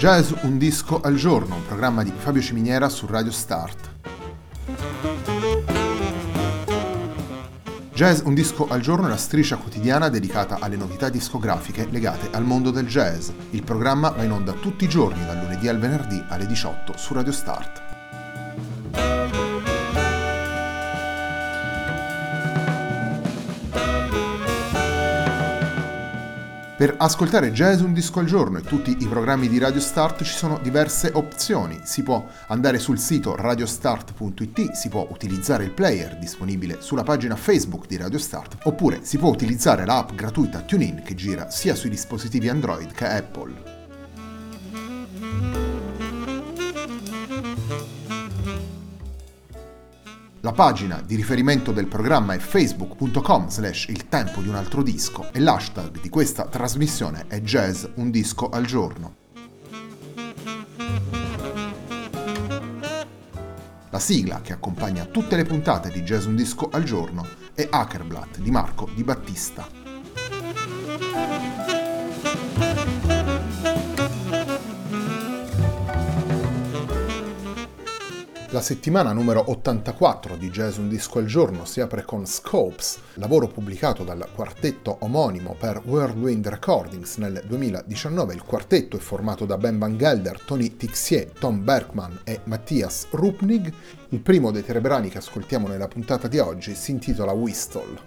Jazz un disco al giorno, un programma di Fabio Ciminiera su Radio Start. Jazz un disco al giorno è la striscia quotidiana dedicata alle novità discografiche legate al mondo del jazz. Il programma va in onda tutti i giorni, dal lunedì al venerdì alle 18 su Radio Start. Per ascoltare Jazz un disco al giorno e tutti i programmi di Radio Start ci sono diverse opzioni. Si può andare sul sito radiostart.it, si può utilizzare il player disponibile sulla pagina Facebook di Radio Start, oppure si può utilizzare l'app gratuita TuneIn che gira sia sui dispositivi Android che Apple. La pagina di riferimento del programma è facebook.com/il tempo di un altro disco e l'hashtag di questa trasmissione è Jazz un disco al giorno. La sigla che accompagna tutte le puntate di Jazz un disco al giorno è Hackerblatt di Marco Di Battista. La settimana numero 84 di Jazz un disco al giorno si apre con Scopes, lavoro pubblicato dal quartetto omonimo per Whirlwind Recordings nel 2019. Il quartetto è formato da Ben Van Gelder, Tony Tixier, Tom Berkman e Matthias Rupnig. Il primo dei tre brani che ascoltiamo nella puntata di oggi si intitola Whistle.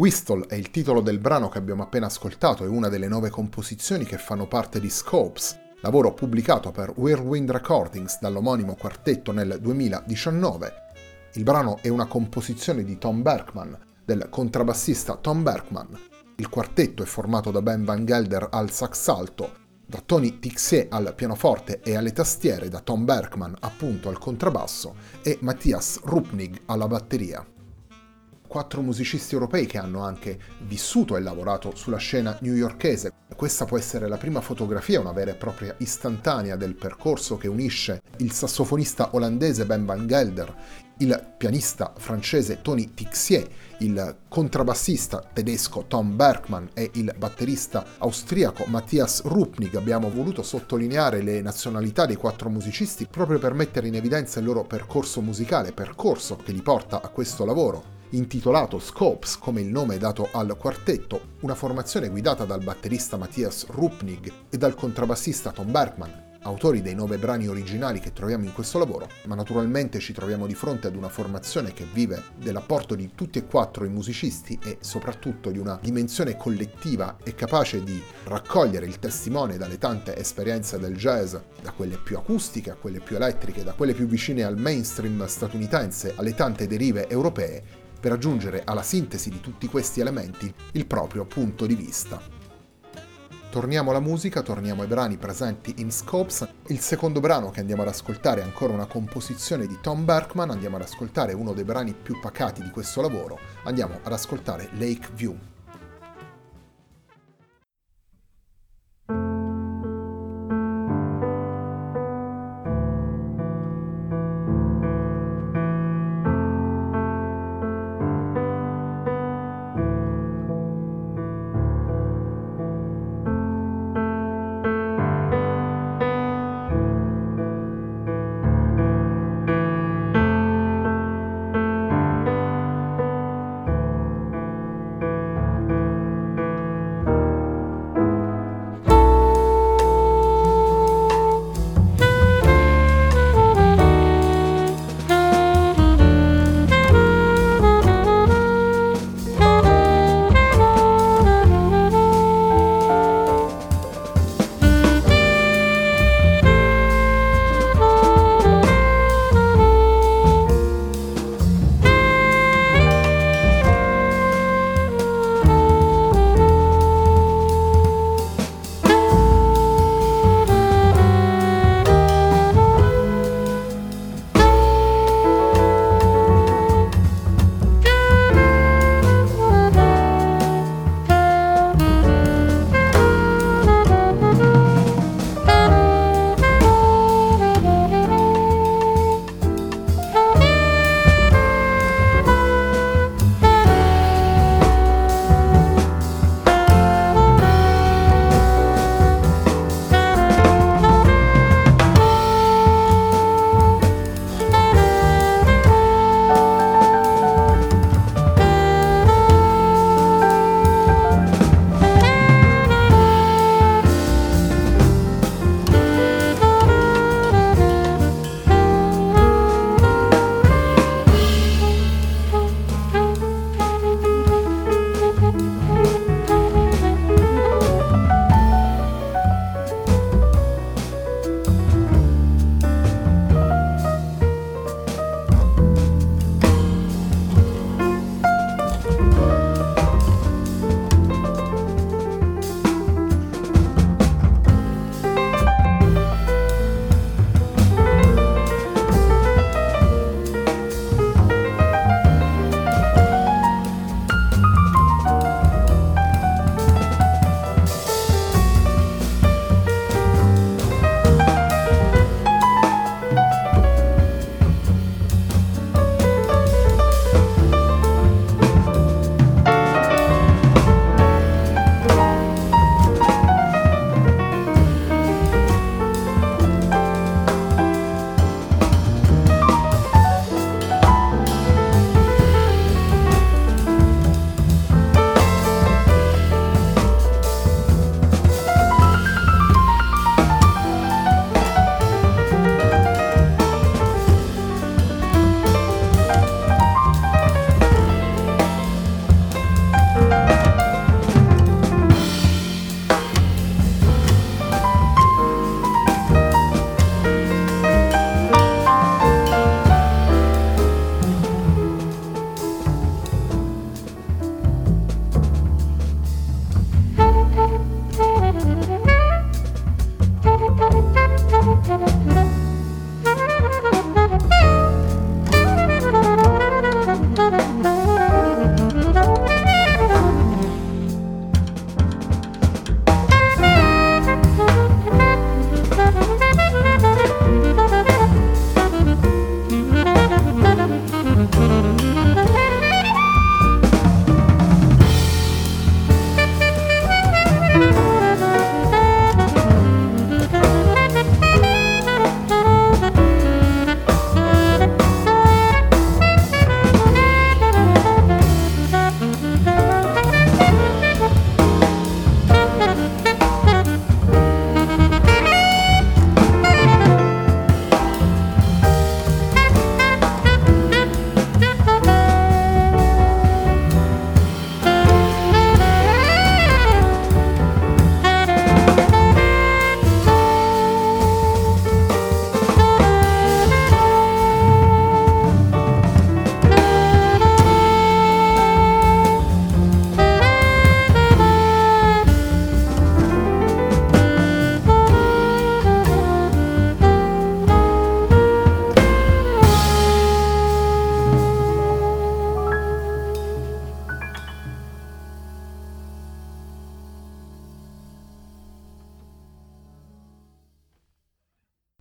Whistle è il titolo del brano che abbiamo appena ascoltato, è una delle 9 composizioni che fanno parte di Scopes, lavoro pubblicato per Whirlwind Recordings dall'omonimo quartetto nel 2019. Il brano è una composizione di Tom Berkman, del contrabbassista Tom Berkman. Il quartetto è formato da Ben Van Gelder al sax alto, da Tony Tixier al pianoforte e alle tastiere, da Tom Berkman appunto al contrabbasso e Matthias Rupnig alla batteria. 4 musicisti europei che hanno anche vissuto e lavorato sulla scena newyorkese. Questa può essere la prima fotografia, una vera e propria istantanea del percorso che unisce il sassofonista olandese Ben Van Gelder, il pianista francese Tony Tixier, il contrabbassista tedesco Tom Berkman e il batterista austriaco Matthias Rupnig. Abbiamo voluto sottolineare le nazionalità dei 4 musicisti proprio per mettere in evidenza il loro percorso musicale, percorso che li porta a questo lavoro, intitolato Scopes, come il nome dato al quartetto, una formazione guidata dal batterista Matthias Rupnig e dal contrabbassista Tom Berkman, autori dei 9 brani originali che troviamo in questo lavoro, ma naturalmente ci troviamo di fronte ad una formazione che vive dell'apporto di tutti e 4 i musicisti e soprattutto di una dimensione collettiva e capace di raccogliere il testimone dalle tante esperienze del jazz, da quelle più acustiche a quelle più elettriche, da quelle più vicine al mainstream statunitense alle tante derive europee, per aggiungere alla sintesi di tutti questi elementi il proprio punto di vista. Torniamo alla musica, torniamo ai brani presenti in Scopes. Il secondo brano che andiamo ad ascoltare è ancora una composizione di Tom Berkman, andiamo ad ascoltare uno dei brani più pacati di questo lavoro, andiamo ad ascoltare Lake View.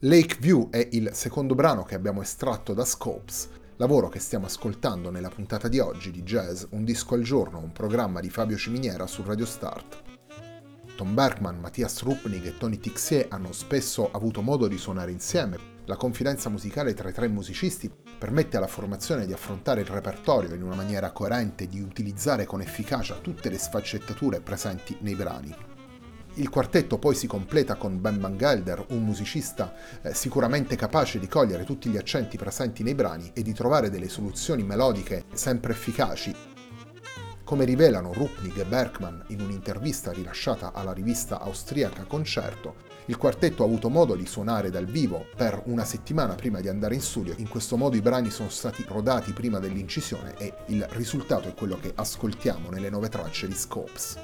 Lakeview è il secondo brano che abbiamo estratto da Scopes, lavoro che stiamo ascoltando nella puntata di oggi di Jazz Un Disco al Giorno, un programma di Fabio Ciminiera su Radio Start. Tom Berkman, Matthias Rupnik e Tony Tixier hanno spesso avuto modo di suonare insieme. La confidenza musicale tra i tre musicisti permette alla formazione di affrontare il repertorio in una maniera coerente e di utilizzare con efficacia tutte le sfaccettature presenti nei brani. Il quartetto poi si completa con Ben Van Gelder, un musicista sicuramente capace di cogliere tutti gli accenti presenti nei brani e di trovare delle soluzioni melodiche sempre efficaci. Come rivelano Rupnik e Berkman in un'intervista rilasciata alla rivista austriaca Concerto, il quartetto ha avuto modo di suonare dal vivo per una settimana prima di andare in studio. In questo modo i brani sono stati rodati prima dell'incisione e il risultato è quello che ascoltiamo nelle 9 tracce di Scopes.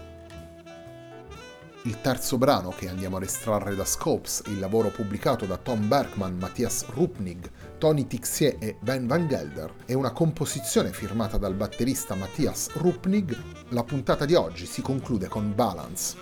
Il terzo brano che andiamo ad estrarre da Scopes, il lavoro pubblicato da Tom Berkman, Matthias Rupnik, Tony Tixier e Ben Van Gelder, è una composizione firmata dal batterista Matthias Rupnik. La puntata di oggi si conclude con Balance.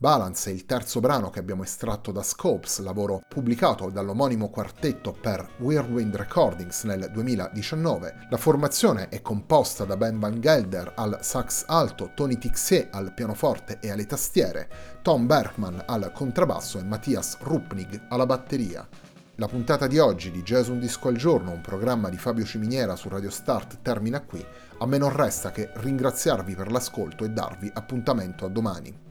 Balance è il terzo brano che abbiamo estratto da Scopes, lavoro pubblicato dall'omonimo quartetto per Whirlwind Recordings nel 2019. La formazione è composta da Ben Van Gelder al sax alto, Tony Tixier al pianoforte e alle tastiere, Tom Berkman al contrabbasso e Matthias Ruppnig alla batteria. La puntata di oggi di Jazz Un Disco al Giorno, un programma di Fabio Ciminiera su Radio Start, termina qui. A me non resta che ringraziarvi per l'ascolto e darvi appuntamento a domani.